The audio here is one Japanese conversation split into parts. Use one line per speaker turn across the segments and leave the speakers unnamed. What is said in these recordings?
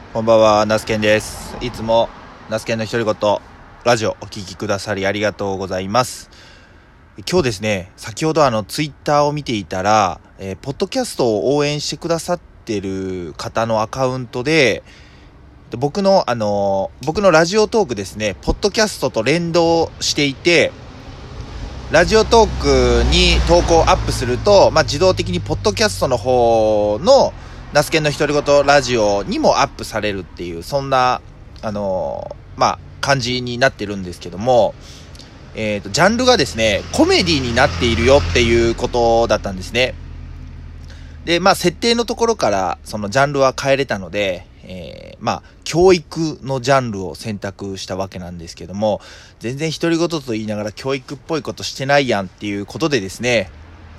こんばんは、ナスケンです。いつもナスケンの独り言ラジオお聞きくださりありがとうございます。今日ですね、先ほどツイッターを見ていたら、ポッドキャストを応援してくださってる方のアカウントで、僕のラジオトークですね、ポッドキャストと連動していて、ラジオトークに投稿をアップすると、自動的にポッドキャストの方のナスケンの独り言ラジオにもアップされるっていう、そんな感じになってるんですけども、ジャンルがですね、コメディになっているよっていうことだったんですね。で、設定のところからそのジャンルは変えれたので、教育のジャンルを選択したわけなんですけども、全然独り言と言いながら教育っぽいことしてないやんっていうことでですね、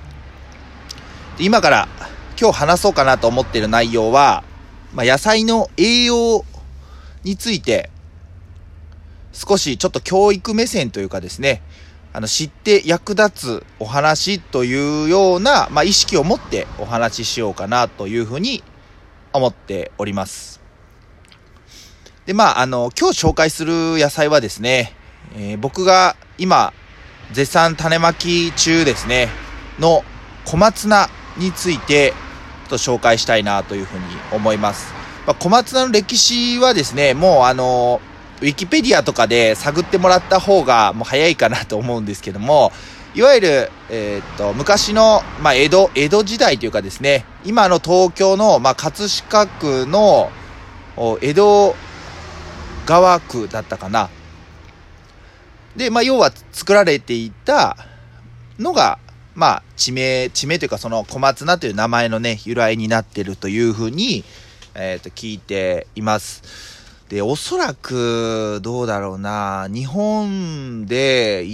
今から今日話そうかなと思っている内容は、野菜の栄養について少しちょっと教育目線というかですね、知って役立つお話というような、意識を持ってお話ししようかなというふうに思っております。で、今日紹介する野菜はですね、僕が今絶賛種まき中ですねの小松菜について紹介したいなというふうに思います。小松菜の歴史はですね、もうウィキペディアとかで探ってもらった方がもう早いかなと思うんですけども、いわゆる、昔の、江戸時代というかですね、今の東京の、葛飾区の江戸川区だったかな。で、要は作られていたのが、地名というかその小松菜という名前のね、由来になっているというふうに、聞いています。で、おそらく、どうだろうな、日本で、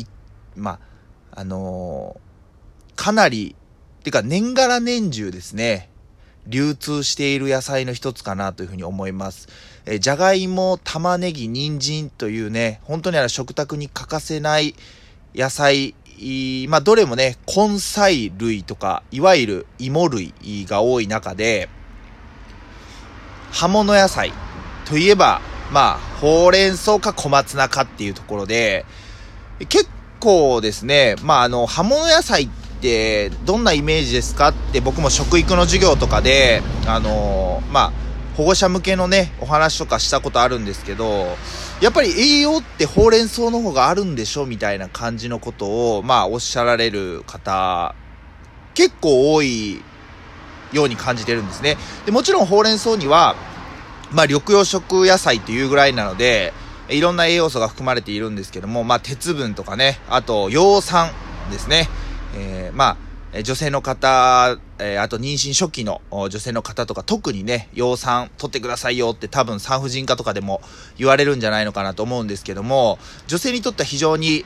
かなり、てか年がら年中ですね、流通している野菜の一つかなというふうに思います。じゃがいも、玉ねぎ、人参というね、本当に食卓に欠かせない野菜、どれもね、根菜類とか、いわゆる芋類が多い中で、葉物野菜といえば、ほうれん草か小松菜かっていうところで、結構ですね、葉物野菜ってどんなイメージですかって僕も食育の授業とかで、保護者向けのね、お話とかしたことあるんですけど、やっぱり栄養ってほうれん草の方があるんでしょみたいな感じのことを、おっしゃられる方、結構多いように感じてるんですね。で、もちろんほうれん草には、緑黄色野菜というぐらいなので、いろんな栄養素が含まれているんですけども、鉄分とかね、あと葉酸ですね。女性の方、あと妊娠初期の女性の方とか特にね、葉酸取ってくださいよって多分産婦人科とかでも言われるんじゃないのかなと思うんですけども、女性にとっては非常に、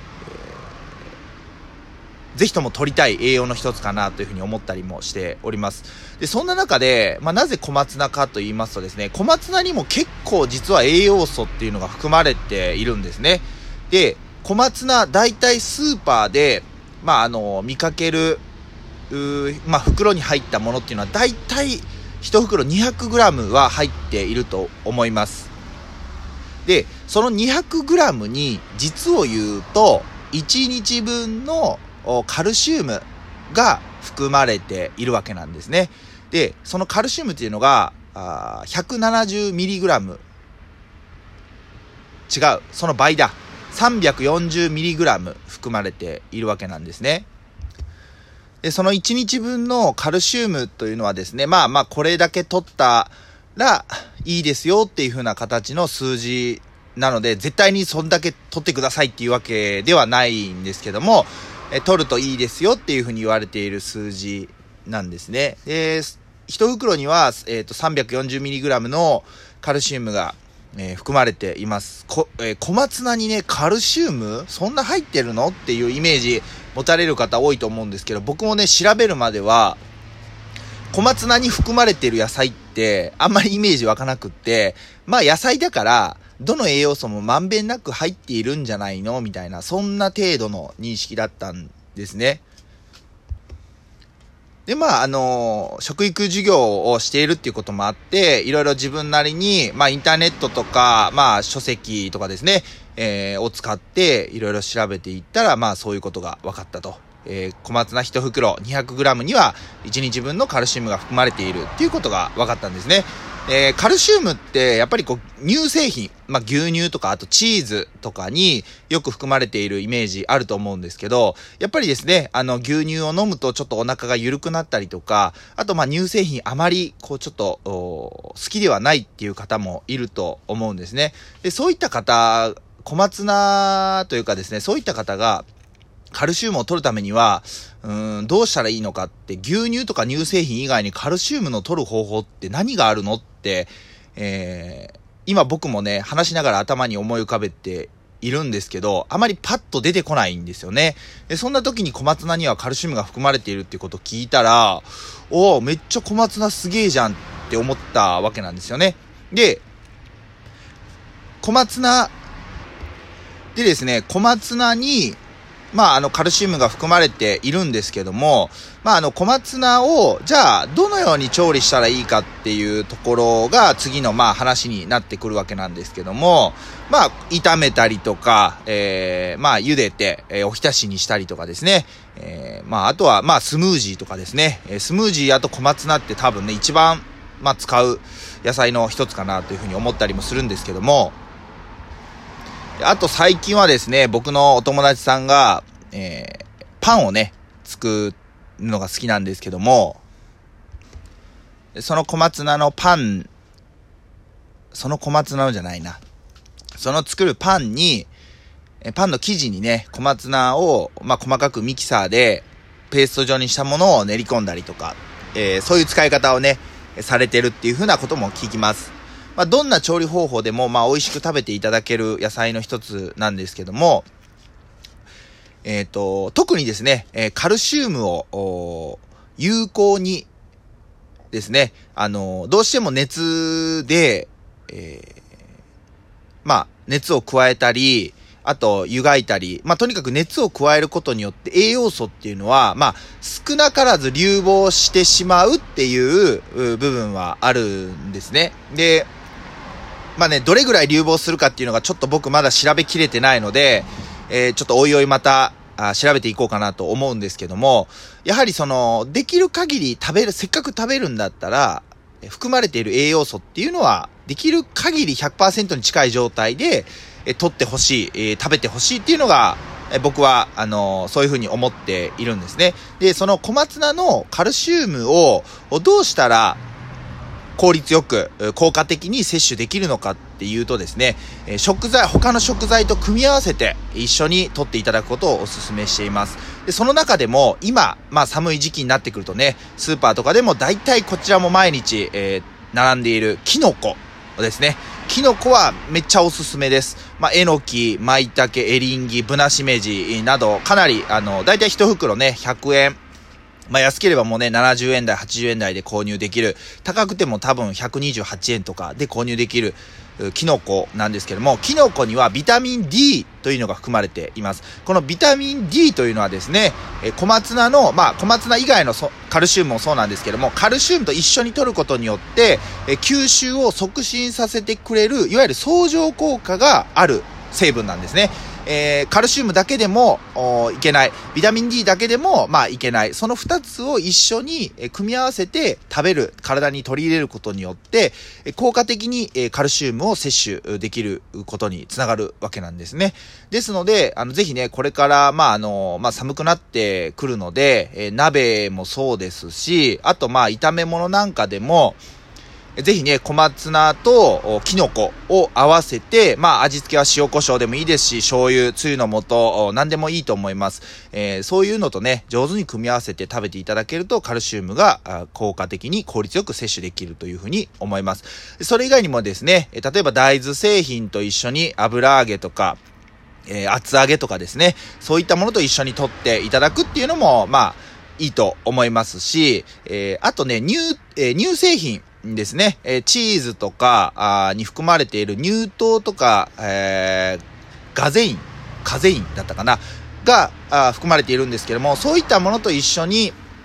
ぜひとも取りたい栄養の一つかなというふうに思ったりもしております。で、そんな中で、なぜ小松菜かと言いますとですね、小松菜にも結構実は栄養素っていうのが含まれているんですね。で、小松菜、大体スーパーで、見かける、袋に入ったものっていうのは大体1袋 200g は入っていると思います。で、その 200g に実を言うと1日分のカルシウムが含まれているわけなんですね。で、そのカルシウムっていうのが170mg、違う、その倍だ、340mg 含まれているわけなんですね。で、その1日分のカルシウムというのはですね、これだけ取ったらいいですよっていう風な形の数字なので、絶対にそんだけ取ってくださいっていうわけではないんですけども、取るといいですよっていう風に言われている数字なんですね。で、一袋には、340mg のカルシウムが、含まれています。小松菜にね、カルシウムそんな入ってるのっていうイメージ持たれる方多いと思うんですけど、僕もね、調べるまでは小松菜に含まれている野菜ってあんまりイメージ湧かなくって、野菜だからどの栄養素もまんべんなく入っているんじゃないのみたいな、そんな程度の認識だったんですね。 で、食育授業をしているっていうこともあって、いろいろ自分なりに、インターネットとか、書籍とかですね、を使って、いろいろ調べていったら、そういうことが分かったと。小松菜1袋 200g には1日分のカルシウムが含まれているっていうことが分かったんですね。カルシウムってやっぱり乳製品、牛乳とかあとチーズとかによく含まれているイメージあると思うんですけど、やっぱりですね、牛乳を飲むとちょっとお腹が緩くなったりとか、あと乳製品あまりちょっと好きではないっていう方もいると思うんですね。で、そういった方、小松菜というかですね、そういった方がカルシウムを取るためには、どうしたらいいのかって、牛乳とか乳製品以外にカルシウムの取る方法って何があるのって、今僕もね、話しながら頭に思い浮かべているんですけど、あまりパッと出てこないんですよね。で、そんな時に小松菜にはカルシウムが含まれているっていうことを聞いたら、めっちゃ小松菜すげえじゃんって思ったわけなんですよね。で、小松菜でですね、小松菜に、カルシウムが含まれているんですけども、小松菜を、じゃあ、どのように調理したらいいかっていうところが次の、話になってくるわけなんですけども、炒めたりとか、茹でて、おひたしにしたりとかですね、あとは、スムージーとかですね、スムージーあと小松菜って多分ね、一番、使う野菜の一つかなというふうに思ったりもするんですけども、あと最近はですね、僕のお友達さんが、パンをね、作るのが好きなんですけども、その小松菜のパン、その作るパンに、パンの生地にね、小松菜を、細かくミキサーでペースト状にしたものを練り込んだりとか、そういう使い方をね、されてるっていう風なことも聞きます。どんな調理方法でも、美味しく食べていただける野菜の一つなんですけども、特にですね、カルシウムを有効にですね、どうしても熱で、熱を加えたり、あと湯がいたり、とにかく熱を加えることによって栄養素っていうのは、少なからず流亡してしまうっていう部分はあるんですね。で、どれぐらい流亡するかっていうのがちょっと僕まだ調べきれてないので、ちょっとおいおいまた調べていこうかなと思うんですけども、やはりできる限りせっかく食べるんだったら、含まれている栄養素っていうのは、できる限り 100% に近い状態で、取ってほしい、食べてほしいっていうのが、僕は、そういうふうに思っているんですね。で、その小松菜のカルシウムをどうしたら、効率よく、効果的に摂取できるのかっていうとですね、他の食材と組み合わせて一緒に摂っていただくことをお勧めしています。で、その中でも今、寒い時期になってくるとね、スーパーとかでも大体こちらも毎日、並んでいるキノコですね。キノコはめっちゃおすすめです。えのき、まいたけ、エリンギ、ブナシメジなど、かなり、大体一袋ね、100円。安ければもうね、70円台、80円台で購入できる。高くても多分128円とかで購入できるキノコなんですけども、キノコにはビタミン D というのが含まれています。このビタミン D というのはですね、小松菜の、小松菜以外のカルシウムもそうなんですけども、カルシウムと一緒に摂ることによって、吸収を促進させてくれる、いわゆる相乗効果がある成分なんですね。カルシウムだけでもいけない。ビタミン D だけでもいけない。その2つを一緒に組み合わせて食べる、体に取り入れることによって効果的にカルシウムを摂取できることにつながるわけなんですね。ですので、ぜひね、これから寒くなってくるので、鍋もそうですし、あと炒め物なんかでもぜひね、小松菜とキノコを合わせて、味付けは塩コショウでもいいですし、醤油、つゆの素、何でもいいと思います。そういうのとね、上手に組み合わせて食べていただけると、カルシウムが効果的に効率よく摂取できるというふうに思います。それ以外にもですね、例えば大豆製品と一緒に油揚げとか、厚揚げとかですね、そういったものと一緒に取っていただくっていうのも、いいと思いますし、あとね、乳製品ですね、チーズとかに含まれている乳糖とか、カゼインだったかなが含まれているんですけども、そういったものと一緒に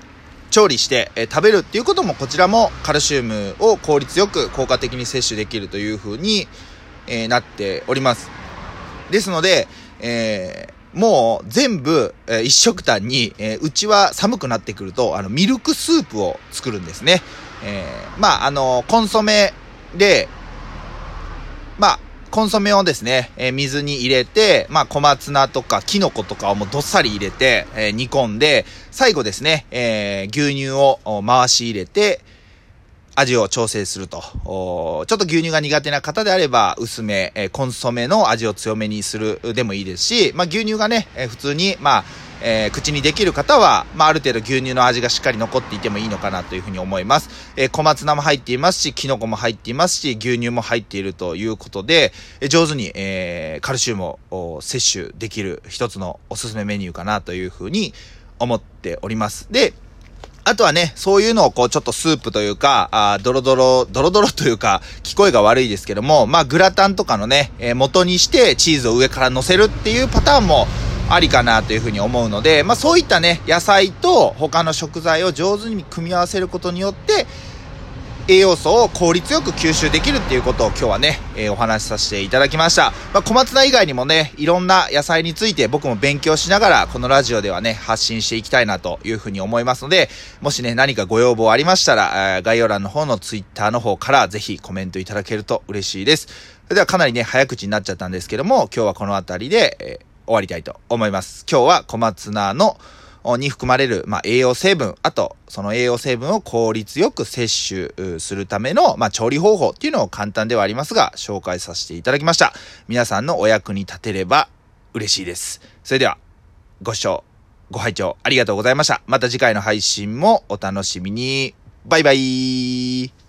調理して、食べるっていうことも、こちらもカルシウムを効率よく効果的に摂取できるという風に、なっております。ですので、もう全部、一食単に、うちは寒くなってくるとミルクスープを作るんですね。コンソメでコンソメをですね、水に入れて、小松菜とかキノコとかをもうどっさり入れて、煮込んで、最後ですね、牛乳を回し入れて、味を調整すると。ちょっと牛乳が苦手な方であれば、薄め、コンソメの味を強めにするでもいいですし、牛乳がね、普通に、口にできる方は、ある程度牛乳の味がしっかり残っていてもいいのかなというふうに思います。小松菜も入っていますし、キノコも入っていますし、牛乳も入っているということで、上手に、カルシウムを摂取できる一つのおすすめメニューかなというふうに思っております。で、あとはね、そういうのをちょっとスープというか、ドロドロというか、聞こえが悪いですけども、グラタンとかのね、元にしてチーズを上から乗せるっていうパターンもありかなというふうに思うので、そういったね、野菜と他の食材を上手に組み合わせることによって、栄養素を効率よく吸収できるっていうことを今日はね、お話しさせていただきました。小松菜以外にもね、いろんな野菜について僕も勉強しながら、このラジオではね、発信していきたいなというふうに思いますので、もしね、何かご要望ありましたら、概要欄の方のツイッターの方からぜひコメントいただけると嬉しいです。それではかなりね、早口になっちゃったんですけども、今日はこの辺りで、終わりたいと思います。今日は小松菜のに含まれる、栄養成分、あと、その栄養成分を効率よく摂取するための、調理方法っていうのを簡単ではありますが、紹介させていただきました。皆さんのお役に立てれば嬉しいです。それでは、ご視聴、ご拝聴ありがとうございました。また次回の配信もお楽しみに。バイバイ。